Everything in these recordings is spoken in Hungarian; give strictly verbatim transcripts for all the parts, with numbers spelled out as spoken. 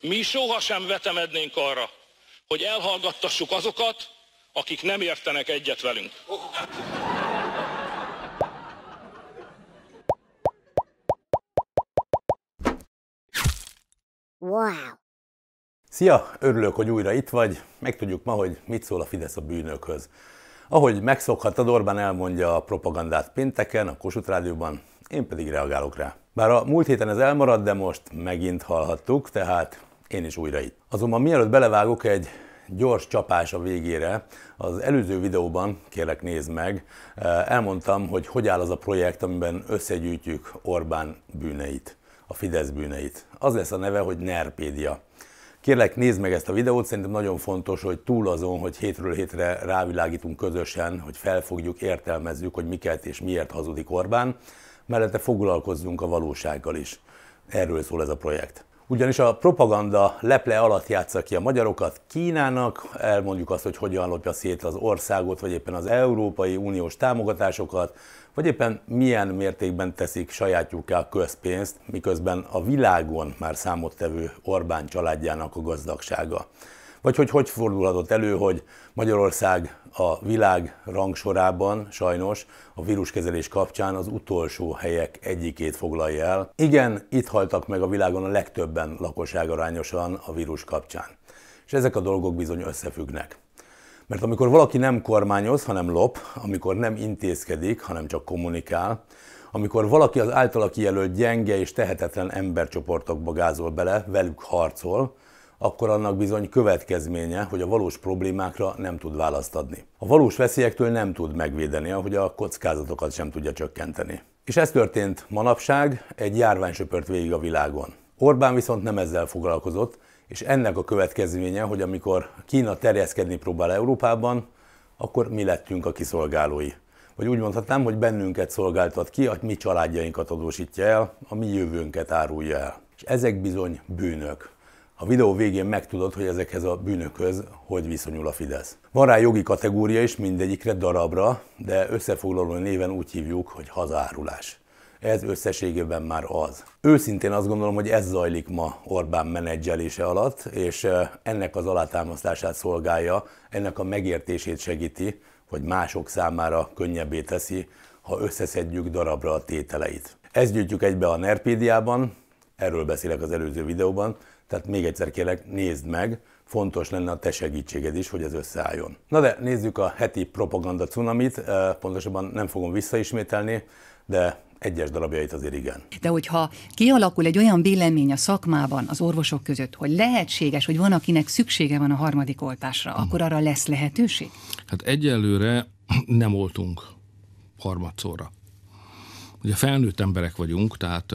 Mi sohasem vetemednénk arra, hogy elhallgattassuk azokat, akik nem értenek egyet velünk. Wow! Szia! Örülök, hogy újra itt vagy. Megtudjuk ma, hogy mit szól a Fidesz a bűnökhöz. Ahogy megszokhattad, Orbán elmondja a propagandát pénteken, a Kossuth Rádióban, én pedig reagálok rá. Bár a múlt héten ez elmaradt, de most megint hallhattuk, tehát én is újra itt. Azonban mielőtt belevágok, egy gyors csapás a végére. Az előző videóban, kérlek nézd meg, elmondtam, hogy hogy áll az a projekt, amiben összegyűjtjük Orbán bűneit, a Fidesz bűneit. Az lesz a neve, hogy Nerpédia. Kérlek, nézd meg ezt a videót, szerintem nagyon fontos, hogy túl azon, hogy hétről hétre rávilágítunk közösen, hogy felfogjuk, értelmezzük, hogy miket és miért hazudik Orbán, mellette foglalkozzunk a valósággal is. Erről szól ez a projekt. Ugyanis a propaganda leple alatt játsza ki a magyarokat Kínának, elmondjuk azt, hogy hogyan lopja szét az országot, vagy éppen az Európai Uniós támogatásokat, vagy éppen milyen mértékben teszik sajátjukká a közpénzt, miközben a világon már számottevő Orbán családjának a gazdagsága. Vagy hogy hogy fordulhatott elő, hogy Magyarország a világ rangsorában sajnos a víruskezelés kapcsán az utolsó helyek egyikét foglalja el. Igen, itt haltak meg a világon a legtöbben lakosságarányosan a vírus kapcsán. És ezek a dolgok bizony összefüggnek. Mert amikor valaki nem kormányoz, hanem lop, amikor nem intézkedik, hanem csak kommunikál, amikor valaki az általa kijelölt gyenge és tehetetlen embercsoportokba gázol bele, velük harcol, akkor annak bizony következménye, hogy a valós problémákra nem tud választ adni. A valós veszélyektől nem tud megvédeni, ahogy a kockázatokat sem tudja csökkenteni. És ez történt manapság, egy járvány söpört végig a világon. Orbán viszont nem ezzel foglalkozott, és ennek a következménye, hogy amikor Kína terjeszkedni próbál Európában, akkor mi lettünk a kiszolgálói. Vagy úgy mondhatnám, hogy bennünket szolgáltat ki, a mi családjainkat adósítja el, a mi jövőnket árulja el. És ezek bizony bűnök. A videó végén megtudod, hogy ezekhez a bűnökhöz hogy viszonyul a Fidesz. Van rá jogi kategória is, mindegyikre darabra, de összefoglaló néven úgy hívjuk, hogy hazaárulás. Ez összességében már az. Őszintén azt gondolom, hogy ez zajlik ma Orbán menedzselése alatt, és ennek az alátámasztását szolgálja, ennek a megértését segíti, hogy mások számára könnyebbé teszi, ha összeszedjük darabra a tételeit. Ezt gyűjtjük egybe a Nerpédiában, erről beszélek az előző videóban, tehát még egyszer kérlek, nézd meg, fontos lenne a te segítséged is, hogy ez összeálljon. Na de nézzük a heti propaganda cunamit, pontosabban nem fogom visszaismételni, de egyes darabjait azért igen. De hogyha kialakul egy olyan vélemény a szakmában, az orvosok között, hogy lehetséges, hogy van, akinek szüksége van a harmadik oltásra, hmm. akkor arra lesz lehetőség? Hát egyelőre nem oltunk harmadszorra. Ugye felnőtt emberek vagyunk, tehát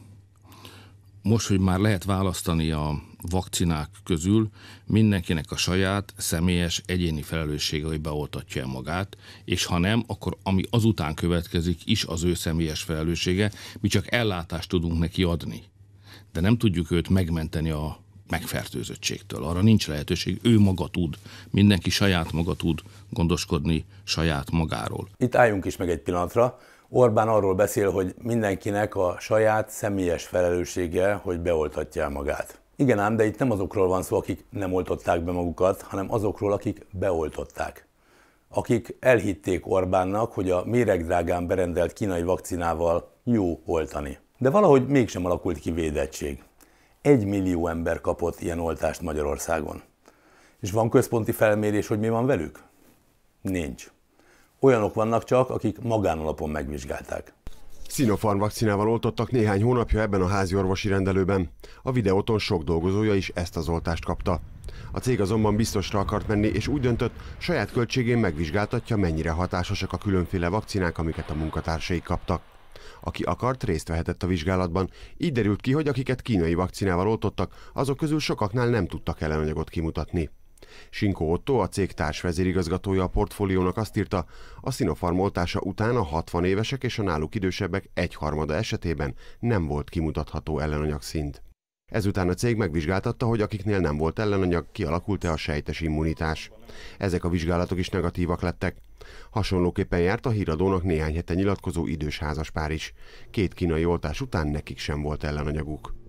most, hogy már lehet választani a vakcinák közül, mindenkinek a saját, személyes, egyéni felelőssége, hogy beoltatja magát, és ha nem, akkor ami azután következik is az ő személyes felelőssége, mi csak ellátást tudunk neki adni. De nem tudjuk őt megmenteni a megfertőzöttségtől. Arra nincs lehetőség, ő maga tud, mindenki saját maga tud gondoskodni saját magáról. Itt álljunk is meg egy pillanatra. Orbán arról beszél, hogy mindenkinek a saját személyes felelőssége, hogy beoltatja magát. Igen ám, de itt nem azokról van szó, akik nem oltották be magukat, hanem azokról, akik beoltották. Akik elhitték Orbánnak, hogy a méregdrágán berendelt kínai vakcinával jó oltani. De valahogy mégsem alakult ki védettség. Egy millió ember kapott ilyen oltást Magyarországon. És van központi felmérés, hogy mi van velük? Nincs. Olyanok vannak csak, akik magánalapon megvizsgálták. Sinopharm vakcinával oltottak néhány hónapja ebben a házi orvosi rendelőben. A videóton sok dolgozója is ezt az oltást kapta. A cég azonban biztosra akart menni, és úgy döntött, saját költségén megvizsgáltatja, mennyire hatásosak a különféle vakcinák, amiket a munkatársaik kaptak. Aki akart, részt vehetett a vizsgálatban. Így derült ki, hogy akiket kínai vakcinával oltottak, azok közül sokaknál nem tudtak ellenanyagot kimutatni. Sinkó Otto, a cég társvezérigazgatója a Portfóliónak azt írta, a Sinopharm oltása után a hatvan évesek és a náluk idősebbek egyharmada esetében nem volt kimutatható ellenanyagszint. Ezután a cég megvizsgáltatta, hogy akiknél nem volt ellenanyag, kialakult-e a sejtes immunitás. Ezek a vizsgálatok is negatívak lettek. Hasonlóképpen járt a Híradónak néhány hete nyilatkozó idős házaspár is. Két kínai oltás után nekik sem volt ellenanyaguk.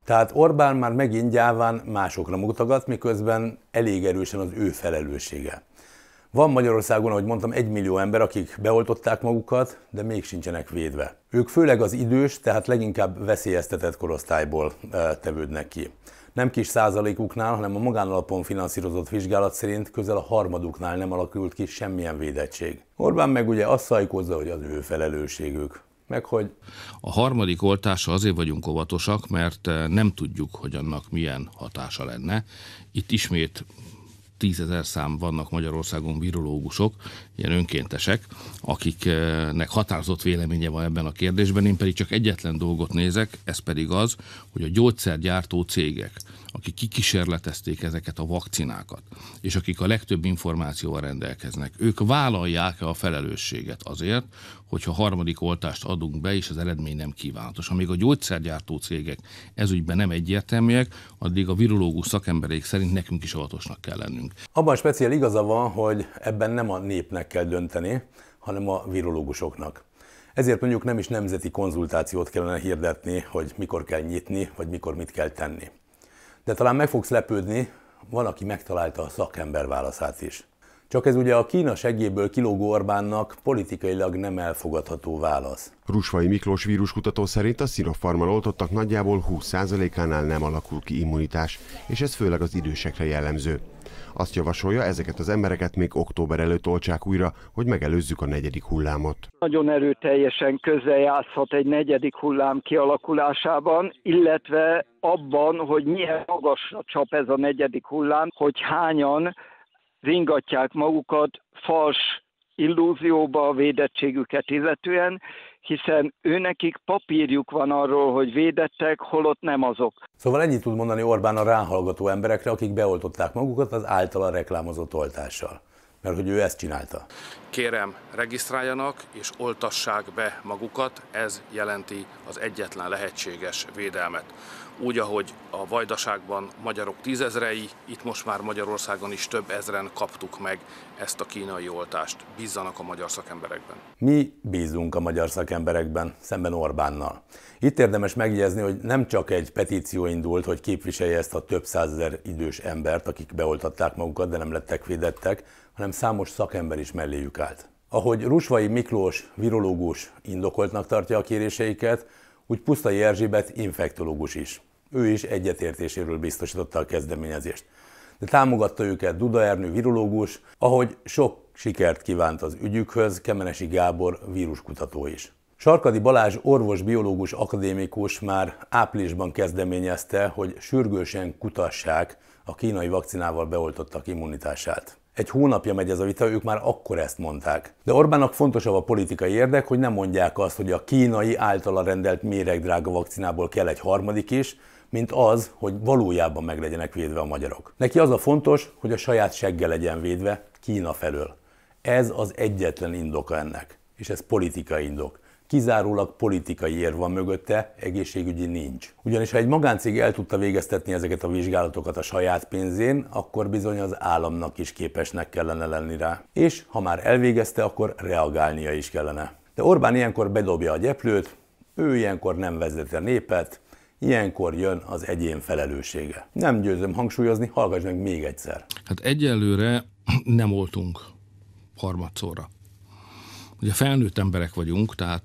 Tehát Orbán már megint gyáván másokra mutogat, miközben elég erősen az ő felelőssége. Van Magyarországon, ahogy mondtam, egy millió ember, akik beoltották magukat, de még sincsenek védve. Ők főleg az idős, tehát leginkább veszélyeztetett korosztályból tevődnek ki. Nem kis százalékuknál, hanem a magánalapon finanszírozott vizsgálat szerint közel a harmaduknál nem alakult ki semmilyen védettség. Orbán meg ugye azt szajkozza, hogy az ő felelősségük. Meg hogy... A harmadik oltásra azért vagyunk óvatosak, mert nem tudjuk, hogy annak milyen hatása lenne. Itt ismét tízezer szám vannak Magyarországon virológusok, ilyen önkéntesek, akiknek határozott véleménye van ebben a kérdésben. Én pedig csak egyetlen dolgot nézek, ez pedig az, hogy a gyógyszergyártó cégek, akik kikísérletezték ezeket a vakcinákat, és akik a legtöbb információval rendelkeznek, ők vállalják-e a felelősséget azért, hogyha harmadik oltást adunk be, és az eredmény nem kívánatos. Amíg a gyógyszergyártó cégek ezügyben nem egyértelműek, addig a virológus szakembereik szerint nekünk is óvatosnak kell lennünk. Abban speciál igaza van, hogy ebben nem a népnek kell dönteni, hanem a virológusoknak. Ezért mondjuk nem is nemzeti konzultációt kellene hirdetni, hogy mikor kell nyitni, vagy mikor mit kell tenni. De talán meg fogsz lepődni, van, aki megtalálta a szakember válaszát is. Csak ez ugye a Kína seggéből kilógó Orbánnak politikailag nem elfogadható válasz. Rusvai Miklós víruskutató szerint a Sinopharmmal oltottak nagyjából húsz százalékánál nem alakul ki immunitás, és ez főleg az idősekre jellemző. Azt javasolja, ezeket az embereket még október előtt oltsák újra, hogy megelőzzük a negyedik hullámot. Nagyon erőteljesen közrejátszhat egy negyedik hullám kialakulásában, illetve abban, hogy milyen magasra csap ez a negyedik hullám, hogy hányan ringatják magukat fals illúzióba a védettségüket illetően, hiszen őnekik papírjuk van arról, hogy védettek, holott nem azok. Szóval ennyit tud mondani Orbán a ráhallgató emberekre, akik beoltották magukat az általa reklámozott oltással. Mert hogy ő ezt csinálta. Kérem, regisztráljanak és oltassák be magukat, ez jelenti az egyetlen lehetséges védelmet. Úgy, ahogy a Vajdaságban magyarok tízezrei, itt most már Magyarországon is több ezren kaptuk meg ezt a kínai oltást. Bízzanak a magyar szakemberekben. Mi bízunk a magyar szakemberekben, szemben Orbánnal. Itt érdemes megjegyezni, hogy nem csak egy petíció indult, hogy képviselje ezt a több százezer idős embert, akik beoltatták magukat, de nem lettek védettek, hanem számos szakember is melléjük állt. Ahogy Rusvai Miklós virológus indokoltnak tartja a kéréseiket, úgy Pusztai Erzsébet infektológus is. Ő is egyetértéséről biztosította a kezdeményezést. De támogatta őket Duda Ernő virológus, ahogy sok sikert kívánt az ügyükhöz Kemenesi Gábor víruskutató is. Sarkadi Balázs orvos-biológus akadémikus már áprilisban kezdeményezte, hogy sürgősen kutassák a kínai vakcinával beoltottak immunitását. Egy hónapja megy ez a vita, ők már akkor ezt mondták. De Orbánnak fontosabb a politikai érdek, hogy nem mondják azt, hogy a kínai általa rendelt méregdrága vakcinából kell egy harmadik is, mint az, hogy valójában meg legyenek védve a magyarok. Neki az a fontos, hogy a saját segge legyen védve Kína felől. Ez az egyetlen indoka ennek. És ez politikai indok. Kizárólag politikai érv van mögötte, egészségügyi nincs. Ugyanis ha egy magáncég el tudta végeztetni ezeket a vizsgálatokat a saját pénzén, akkor bizony az államnak is képesnek kellene lenni rá. És ha már elvégezte, akkor reagálnia is kellene. De Orbán ilyenkor bedobja a gyeplőt, ő ilyenkor nem vezeti a népet, ilyenkor jön az egyén felelőssége. Nem győzöm hangsúlyozni, hallgass meg még egyszer. Hát egyelőre nem oltunk harmadszorra. Ugye felnőtt emberek vagyunk, tehát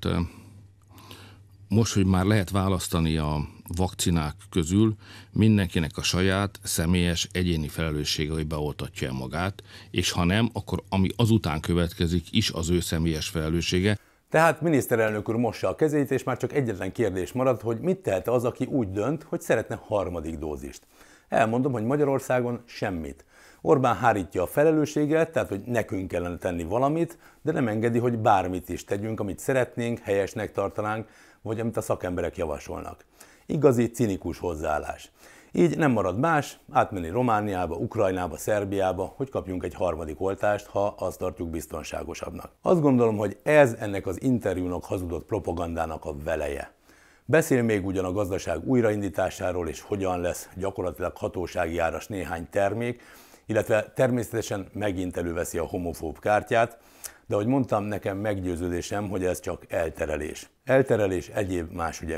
most, hogy már lehet választani a vakcinák közül, mindenkinek a saját személyes egyéni felelőssége, hogy beoltatja magát, és ha nem, akkor ami azután következik is az ő személyes felelőssége. Tehát miniszterelnök úr mossa a kezét, és már csak egyetlen kérdés marad, hogy mit tehet az, aki úgy dönt, hogy szeretne harmadik dózist. Elmondom, hogy Magyarországon semmit. Orbán hárítja a felelősséget, tehát hogy nekünk kellene tenni valamit, de nem engedi, hogy bármit is tegyünk, amit szeretnénk, helyesnek tartanánk, vagy amit a szakemberek javasolnak. Igazi, cinikus hozzáállás. Így nem marad más, átmenni Romániába, Ukrajnába, Szerbiába, hogy kapjunk egy harmadik oltást, ha azt tartjuk biztonságosabbnak. Azt gondolom, hogy ez ennek az interjúnak hazudott propagandának a veleje. Beszél még ugyan a gazdaság újraindításáról, és hogyan lesz gyakorlatilag hatósági áras néhány termék, illetve természetesen megint előveszi a homofób kártyát, de ahogy mondtam, nekem meggyőződésem, hogy ez csak elterelés. Elterelés egyéb más ügyekről.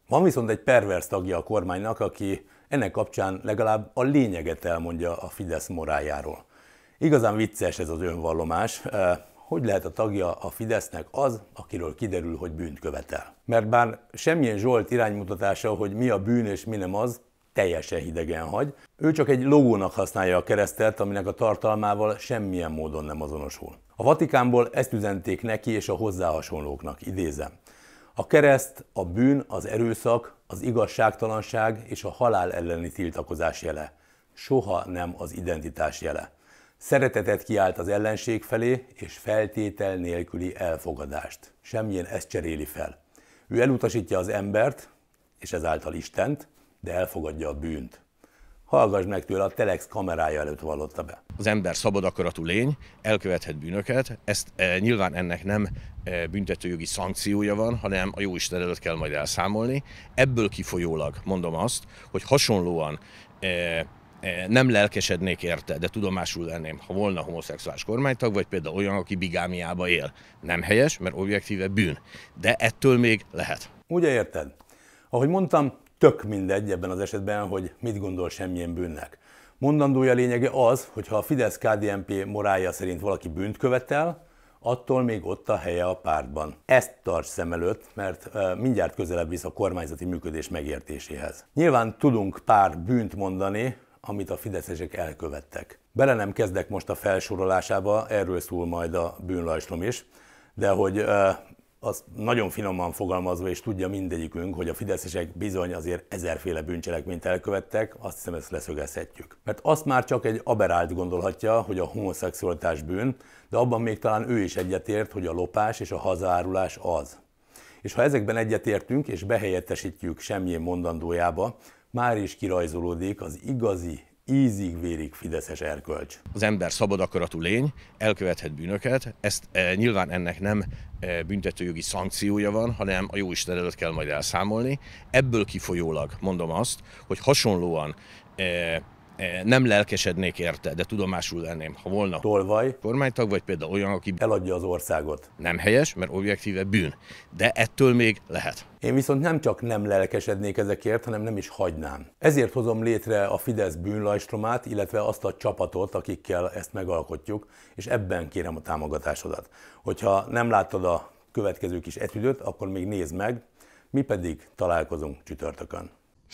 Van viszont egy pervers tagja a kormánynak, aki ennek kapcsán legalább a lényeget elmondja a Fidesz moráljáról. Igazán vicces ez az önvallomás. Hogy lehet a tagja a Fidesznek az, akiről kiderül, hogy bűnt követel? Mert bár semmilyen Zsolt iránymutatása, hogy mi a bűn és mi nem az, teljesen hidegen hagy, ő csak egy logónak használja a keresztet, aminek a tartalmával semmilyen módon nem azonosul. A Vatikánból ezt üzenték neki és a hozzá hasonlóknak, idézem. A kereszt, a bűn, az erőszak, az igazságtalanság és a halál elleni tiltakozás jele. Soha nem az identitás jele. Szeretetet kiált az ellenség felé, és feltétel nélküli elfogadást. Semmilyen ezt cseréli fel. Ő elutasítja az embert, és ezáltal Istent, de elfogadja a bűnt. Hallgass meg tőle, a Telex kamerája előtt vallotta be. Az ember szabad akaratú lény, elkövethet bűnöket, ezt e, nyilván ennek nem e, büntetőjogi szankciója van, hanem a jóisten előtt kell majd elszámolni. Ebből kifolyólag mondom azt, hogy hasonlóan e, nem lelkesednék érte, de tudomásul venném, ha volna homoszexuális kormánytag, vagy például olyan, aki bigámiába él. Nem helyes, mert objektíve bűn. De ettől még lehet. Ugye érted? Ahogy mondtam, tök mindegy ebben az esetben, hogy mit gondol semmilyen bűnnek. Mondandója lényege az, hogy ha a Fidesz-ká dé en pé morálja szerint valaki bűnt követel, attól még ott a helye a pártban. Ezt tarts szem előtt, mert mindjárt közelebb visz a kormányzati működés megértéséhez. Nyilván tudunk pár bűnt mondani, amit a fideszesek elkövettek. Bele nem kezdek most a felsorolásába, erről szól majd a bűnlajstrom is, de hogy uh, az nagyon finoman fogalmazva, és tudja mindegyikünk, hogy a fideszesek bizony azért ezerféle bűncselekményt elkövettek, azt hiszem ezt leszögezhetjük. Mert azt már csak egy aberált gondolhatja, hogy a homoszexualitás bűn, de abban még talán ő is egyetért, hogy a lopás és a hazaárulás az. És ha ezekben egyetértünk, és behelyettesítjük semmilyen mondandójába, már is kirajzolódik az igazi, ízig-vérig fideszes erkölcs. Az ember szabad akaratú lény, elkövethet bűnöket, ezt e, nyilván ennek nem e, büntetőjogi szankciója van, hanem a jóisten előtt kell majd elszámolni. Ebből kifolyólag mondom azt, hogy hasonlóan e, nem lelkesednék érte, de tudomásul venném, ha volna tolvaj kormánytag, vagy például olyan, aki eladja az országot. Nem helyes, mert objektíve bűn. De ettől még lehet. Én viszont nem csak nem lelkesednék ezekért, hanem nem is hagynám. Ezért hozom létre a Fidesz bűnlajstromát, illetve azt a csapatot, akikkel ezt megalkotjuk, és ebben kérem a támogatásodat. Hogyha nem láttad a következő kis etüdöt, akkor még nézd meg, mi pedig találkozunk csütörtökön.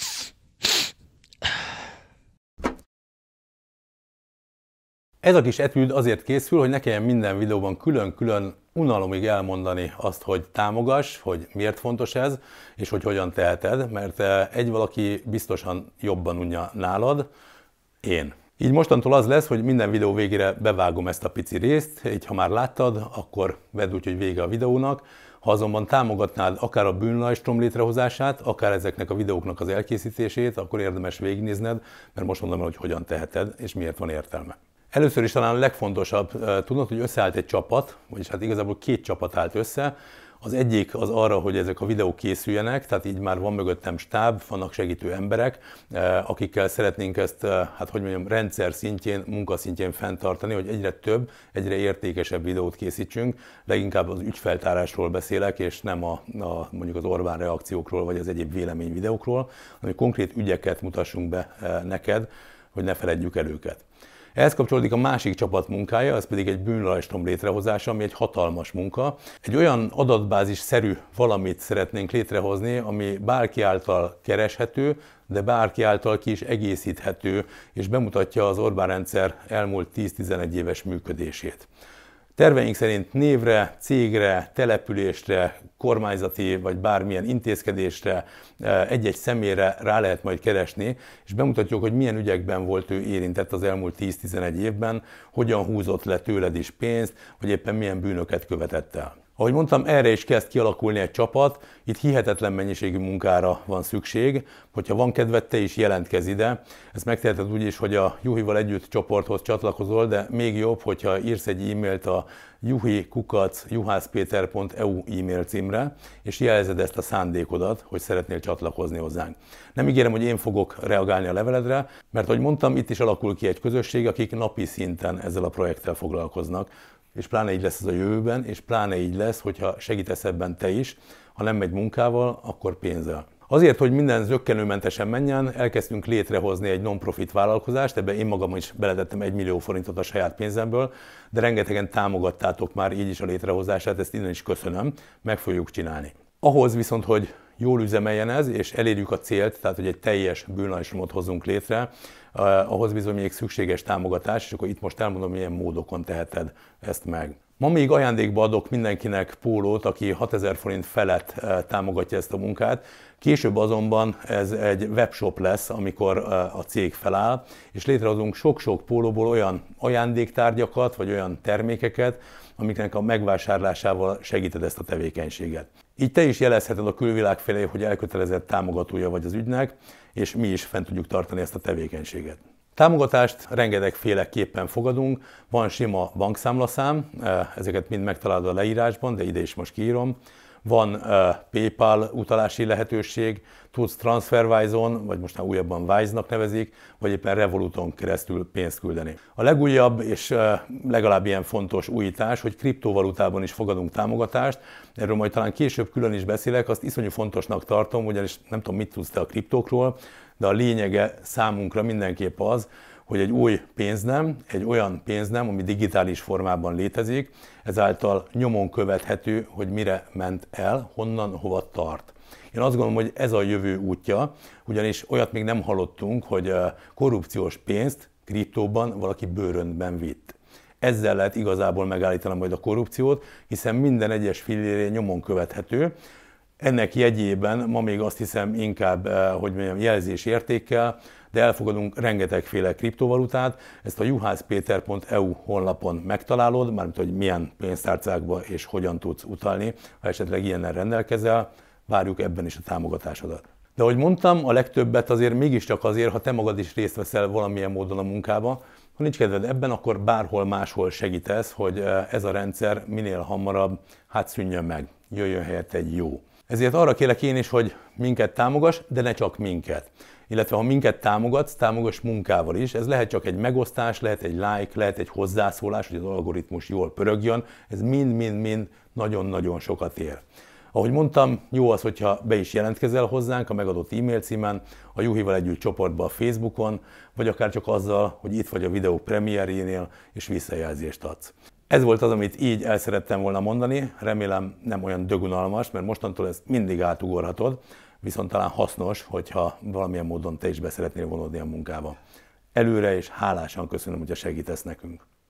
Ez a kis etüd azért készül, hogy ne kelljen minden videóban külön-külön unalomig elmondani azt, hogy támogass, hogy miért fontos ez, és hogy hogyan teheted, mert egy valaki biztosan jobban unja nálad, én. Így mostantól az lesz, hogy minden videó végére bevágom ezt a pici részt, így ha már láttad, akkor vedd úgy, hogy vége a videónak. Ha azonban támogatnád akár a bűnlajstrom létrehozását, akár ezeknek a videóknak az elkészítését, akkor érdemes végignézned, mert most mondom el, hogy hogyan teheted, és miért van értelme. Először is talán a legfontosabb, tudnod, hogy összeállt egy csapat, vagyis hát igazából két csapat állt össze. Az egyik az arra, hogy ezek a videók készüljenek, tehát így már van mögöttem stáb, vannak segítő emberek, akikkel szeretnénk ezt, hát hogy mondjam, rendszer szintjén, munkaszintjén fenntartani, hogy egyre több, egyre értékesebb videót készítsünk. Leginkább az ügyfeltárásról beszélek, és nem a, a mondjuk az Orbán reakciókról, vagy az egyéb véleményvideókról, hanem konkrét ügyeket mutassunk be neked, hogy ne feledjük el őket. Ehhez kapcsolódik a másik csapat munkája, ez pedig egy bűnlajstrom létrehozása, ami egy hatalmas munka. Egy olyan adatbázis-szerű valamit szeretnénk létrehozni, ami bárki által kereshető, de bárki által ki is egészíthető, és bemutatja az Orbán rendszer elmúlt tíz-tizenegy éves működését. Terveink szerint névre, cégre, településre, kormányzati vagy bármilyen intézkedésre, egy-egy személyre rá lehet majd keresni, és bemutatjuk, hogy milyen ügyekben volt ő érintett az elmúlt tíz-tizenegy évben, hogyan húzott le tőled is pénzt, vagy éppen milyen bűnöket követett el. Ahogy mondtam, erre is kezd kialakulni egy csapat, itt hihetetlen mennyiségű munkára van szükség, hogyha van kedved, te is jelentkezz ide. Ezt megteheted úgy is, hogy a Juhival együtt csoporthoz csatlakozol, de még jobb, hogyha írsz egy e-mailt a juhi kukac juhászpéter pont e u e-mail címre, és jelzed ezt a szándékodat, hogy szeretnél csatlakozni hozzánk. Nem ígérem, hogy én fogok reagálni a leveledre, mert ahogy mondtam, itt is alakul ki egy közösség, akik napi szinten ezzel a projekttel foglalkoznak. És pláne így lesz ez a jövőben, és pláne így lesz, hogyha segítesz ebben te is, ha nem megy munkával, akkor pénzzel. Azért, hogy minden zökkenőmentesen menjen, elkezdtünk létrehozni egy non-profit vállalkozást, ebbe én magam is beletettem egy millió forintot a saját pénzemből, de rengetegen támogattátok már így is a létrehozását, ezt innen is köszönöm, meg fogjuk csinálni. Ahhoz viszont, hogy jól üzemeljen ez, és elérjük a célt, tehát hogy egy teljes bűnlajstromot hozzunk létre, ahhoz bizony még szükséges támogatás, és akkor itt most elmondom, milyen módokon teheted ezt meg. Ma még ajándékba adok mindenkinek pólót, aki hatezer forint felett támogatja ezt a munkát. Később azonban ez egy webshop lesz, amikor a cég feláll, és létrehozunk sok-sok pólóból olyan ajándéktárgyakat, vagy olyan termékeket, amiknek a megvásárlásával segíted ezt a tevékenységet. Így te is jelezheted a külvilág felé, hogy elkötelezett támogatója vagy az ügynek, és mi is fent tudjuk tartani ezt a tevékenységet. Támogatást rengetegféleképpen fogadunk, van sima bankszámlaszám, ezeket mind megtalálod a leírásban, de ide is most kiírom. Van PayPal utalási lehetőség, tudsz TransferWise-on, vagy most már újabban Wise-nak nevezik, vagy éppen Revoluton keresztül pénzt küldeni. A legújabb és legalább ilyen fontos újítás, hogy kriptovalutában is fogadunk támogatást, erről majd talán később külön is beszélek, azt iszonyú fontosnak tartom, ugyanis nem tudom, mit tudsz te a kriptókról, de a lényege számunkra mindenképp az, hogy egy új pénznem, egy olyan pénznem, ami digitális formában létezik, ezáltal nyomon követhető, hogy mire ment el, honnan, hova tart. Én azt gondolom, hogy ez a jövő útja, ugyanis olyat még nem hallottunk, hogy korrupciós pénzt kriptóban valaki bőröntben vitt. Ezzel lehet igazából megállítani majd a korrupciót, hiszen minden egyes fillérje nyomon követhető. Ennek jegyében ma még azt hiszem inkább, hogy mondjam, jelzésértékkel, de elfogadunk rengetegféle kriptovalutát, ezt a juhászpéter pont e u honlapon megtalálod, mármint hogy milyen pénztárcákba és hogyan tudsz utalni, ha esetleg ilyennel rendelkezel, várjuk ebben is a támogatásodat. De ahogy mondtam, a legtöbbet azért mégiscsak azért, ha te magad is részt veszel valamilyen módon a munkába, ha nincs kedved ebben, akkor bárhol máshol segítesz, hogy ez a rendszer minél hamarabb hát szűnjön meg, jöjjön helyett egy jó. Ezért arra kérlek én is, hogy minket támogass, de ne csak minket. Illetve ha minket támogatsz, támogass munkával is. Ez lehet csak egy megosztás, lehet egy like, lehet egy hozzászólás, hogy az algoritmus jól pörögjön. Ez mind-mind-mind nagyon-nagyon sokat ér. Ahogy mondtam, jó az, hogyha be is jelentkezel hozzánk a megadott e-mail címen, a Juhival együtt csoportba a Facebookon, vagy akár csak azzal, hogy itt vagy a videó premierjénél, és visszajelzést adsz. Ez volt az, amit így el szerettem volna mondani, remélem nem olyan dögunalmas, mert mostantól ezt mindig átugorhatod, viszont talán hasznos, hogyha valamilyen módon te is be szeretnél vonódni a munkába. Előre és hálásan köszönöm, hogyha segítesz nekünk.